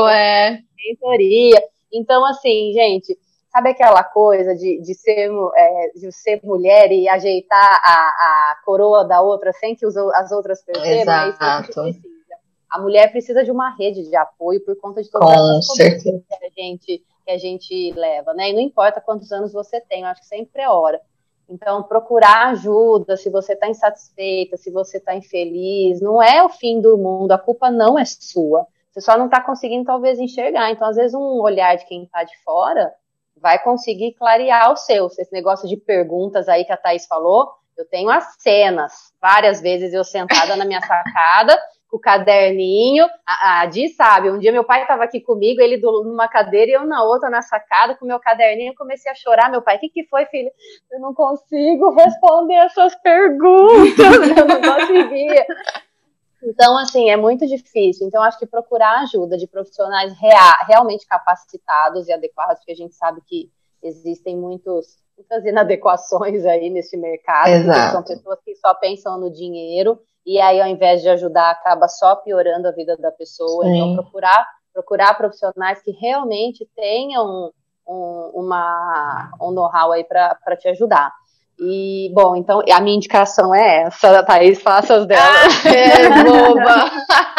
Mentoria. Então, assim, gente, sabe aquela coisa de ser mulher e ajeitar a coroa da outra sem que as outras percebam? É isso que a gente precisa. A mulher precisa de uma rede de apoio por conta de todas essas coisas que a gente leva, né? E não importa quantos anos você tem, eu acho que sempre é hora. Então, procurar ajuda, se você está insatisfeita, se você está infeliz, não é o fim do mundo, a culpa não é sua. Você só não está conseguindo, talvez, enxergar. Então, às vezes, um olhar de quem está de fora vai conseguir clarear o seu. Esse negócio de perguntas aí que a Thaís falou, eu tenho as cenas. Várias vezes eu sentada na minha sacada, com o caderninho, a Di sabe, um dia meu pai estava aqui comigo, ele numa cadeira e eu na outra, na sacada, com o meu caderninho, eu comecei a chorar, meu pai, o que foi, filho? Eu não consigo responder essas perguntas, eu não conseguia. Então, assim, é muito difícil, então acho que procurar ajuda de profissionais realmente capacitados e adequados, porque a gente sabe que existem muitas inadequações aí nesse mercado, porque são pessoas que só pensam no dinheiro, e aí, ao invés de ajudar, acaba só piorando a vida da pessoa. Sim. Então, procurar profissionais que realmente tenham um know-how aí para te ajudar. E, bom, então, a minha indicação é essa, Thaís, faça as dela. Boba!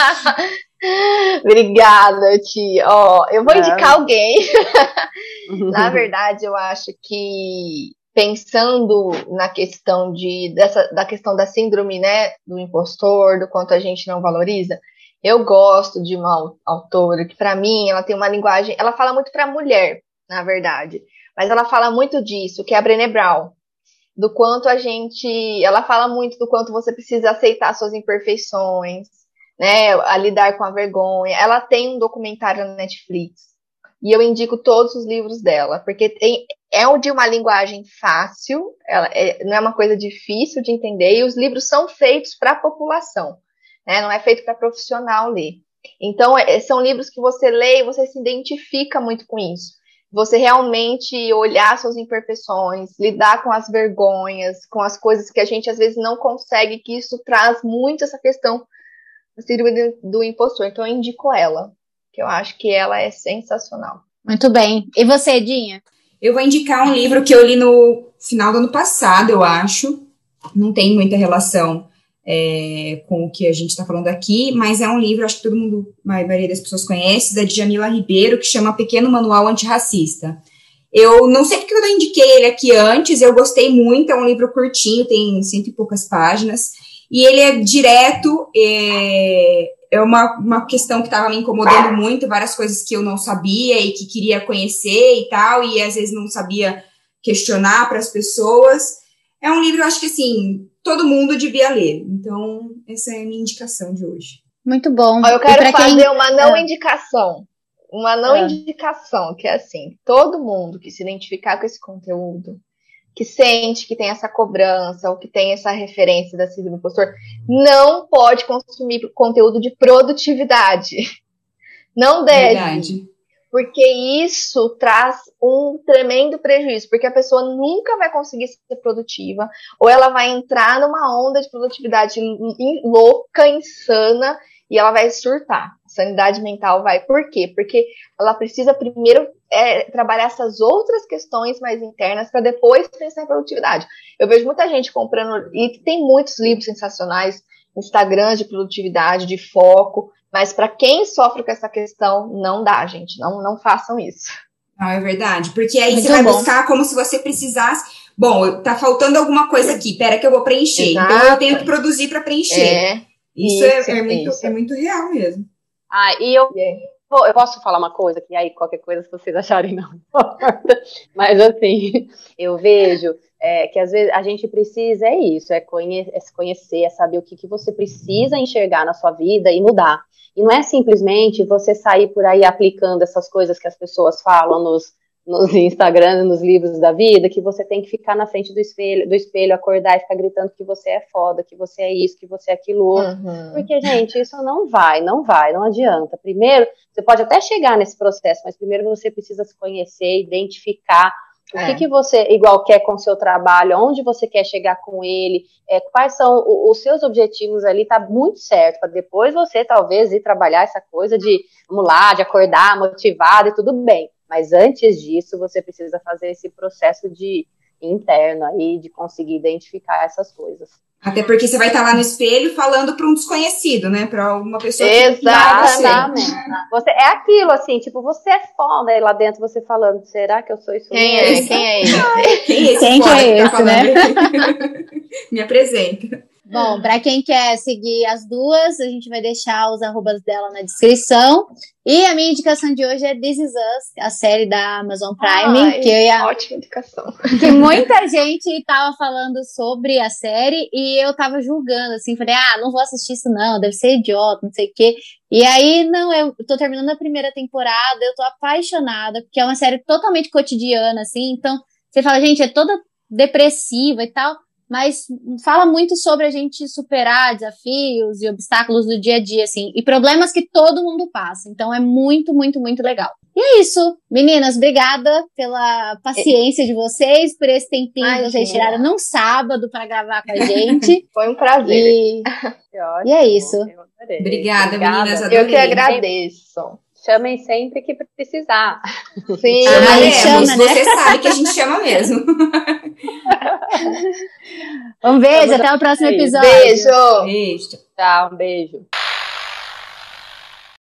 Obrigada, tia. Eu vou indicar alguém. Na verdade, eu acho que... Pensando na questão da questão da síndrome, né, do impostor, do quanto a gente não valoriza, eu gosto de uma autora que, para mim, ela tem uma linguagem, ela fala muito para mulher, na verdade, mas ela fala muito disso, que é a Brené Brown, do quanto ela fala muito do quanto você precisa aceitar suas imperfeições, né, a lidar com a vergonha. Ela tem um documentário na Netflix, e eu indico todos os livros dela, porque é de uma linguagem fácil, não é uma coisa difícil de entender, e os livros são feitos para a população, né? Não é feito para profissional ler. Então, são livros que você lê e você se identifica muito com isso. Você realmente olhar suas imperfeições, lidar com as vergonhas, com as coisas que a gente às vezes não consegue, que isso traz muito essa questão da síndrome do impostor. Então, eu indico ela, que eu acho que ela é sensacional. Muito bem. E você, Edinha? Eu vou indicar um livro que eu li no final do ano passado, eu acho. Não tem muita relação com o que a gente está falando aqui, mas é um livro, acho que todo mundo, a maioria das pessoas conhece, da Djamila Ribeiro, que chama Pequeno Manual Antirracista. Eu não sei porque eu não indiquei ele aqui antes, eu gostei muito, é um livro curtinho, tem 100 e poucas páginas, e ele é direto, é uma questão que estava me incomodando muito, várias coisas que eu não sabia e que queria conhecer e tal, e às vezes não sabia questionar para as pessoas. É um livro, eu acho que assim, todo mundo devia ler. Então, essa é a minha indicação de hoje. Muito bom. Eu quero fazer uma não indicação. Uma não indicação, que é assim, todo mundo que se identificar com esse conteúdo, que sente que tem essa cobrança ou que tem essa referência da síndrome do impostor, não pode consumir conteúdo de produtividade. Não deve. Verdade. Porque isso traz um tremendo prejuízo, porque a pessoa nunca vai conseguir ser produtiva, ou ela vai entrar numa onda de produtividade louca, insana, e ela vai surtar. A sanidade mental vai. Por quê? Porque ela precisa primeiro trabalhar essas outras questões mais internas para depois pensar em produtividade. Eu vejo muita gente comprando, e tem muitos livros sensacionais, Instagrams de produtividade, de foco, mas para quem sofre com essa questão, não dá, gente. Não façam isso. Não, é verdade. Porque aí Muito você vai bom. buscar como se você precisasse. Bom, tá faltando alguma coisa aqui. Pera que eu vou preencher. Exato. Então eu tenho que produzir para preencher. Isso é muito real mesmo. E eu posso falar uma coisa, que aí qualquer coisa, se vocês acharem, não importa. Mas assim, eu vejo que às vezes a gente precisa, se conhecer, é saber o que você precisa enxergar na sua vida e mudar. E não é simplesmente você sair por aí aplicando essas coisas que as pessoas falam nos Instagram, nos livros da vida, que você tem que ficar na frente do espelho, acordar e ficar gritando que você é foda, que você é isso, que você é aquilo outro. Uhum. Porque, gente, isso não adianta. Primeiro, você pode até chegar nesse processo, mas primeiro você precisa se conhecer, identificar o que você igual quer com o seu trabalho, onde você quer chegar com ele, quais são os seus objetivos ali, tá muito certo, para depois você talvez ir trabalhar essa coisa de, vamos lá, de acordar motivado e tudo bem. Mas antes disso, você precisa fazer esse processo interno aí, de conseguir identificar essas coisas. Até porque você vai estar lá no espelho falando para um desconhecido, né? Para uma pessoa que Exatamente. Você é aquilo, assim, tipo, você é foda, aí lá dentro você falando, será que eu sou isso mesmo? Quem é ele? Quem é esse, né? Me apresenta. Bom, para quem quer seguir as duas, a gente vai deixar os arrobas dela na descrição. E a minha indicação de hoje é This Is Us, a série da Amazon Prime. Ótima indicação. Que muita gente tava falando sobre a série e eu tava julgando, assim, falei, não vou assistir isso não, deve ser idiota, não sei o quê. E aí, não, eu tô terminando a primeira temporada, eu tô apaixonada, porque é uma série totalmente cotidiana, assim, então você fala, gente, é toda depressiva e tal, mas fala muito sobre a gente superar desafios e obstáculos do dia a dia, assim, e problemas que todo mundo passa. Então é muito, muito, muito legal. E é isso. Meninas, obrigada pela paciência de vocês, por esse tempinho que vocês tiraram num sábado para gravar com a gente. Foi um prazer. E é isso. Obrigada, meninas. Adorei. Eu que agradeço. Chamem sempre que precisar. Sim, chama, né? Você sabe que a gente chama mesmo. Um beijo, até o próximo episódio. Beijo. Beijo. Tchau, um beijo.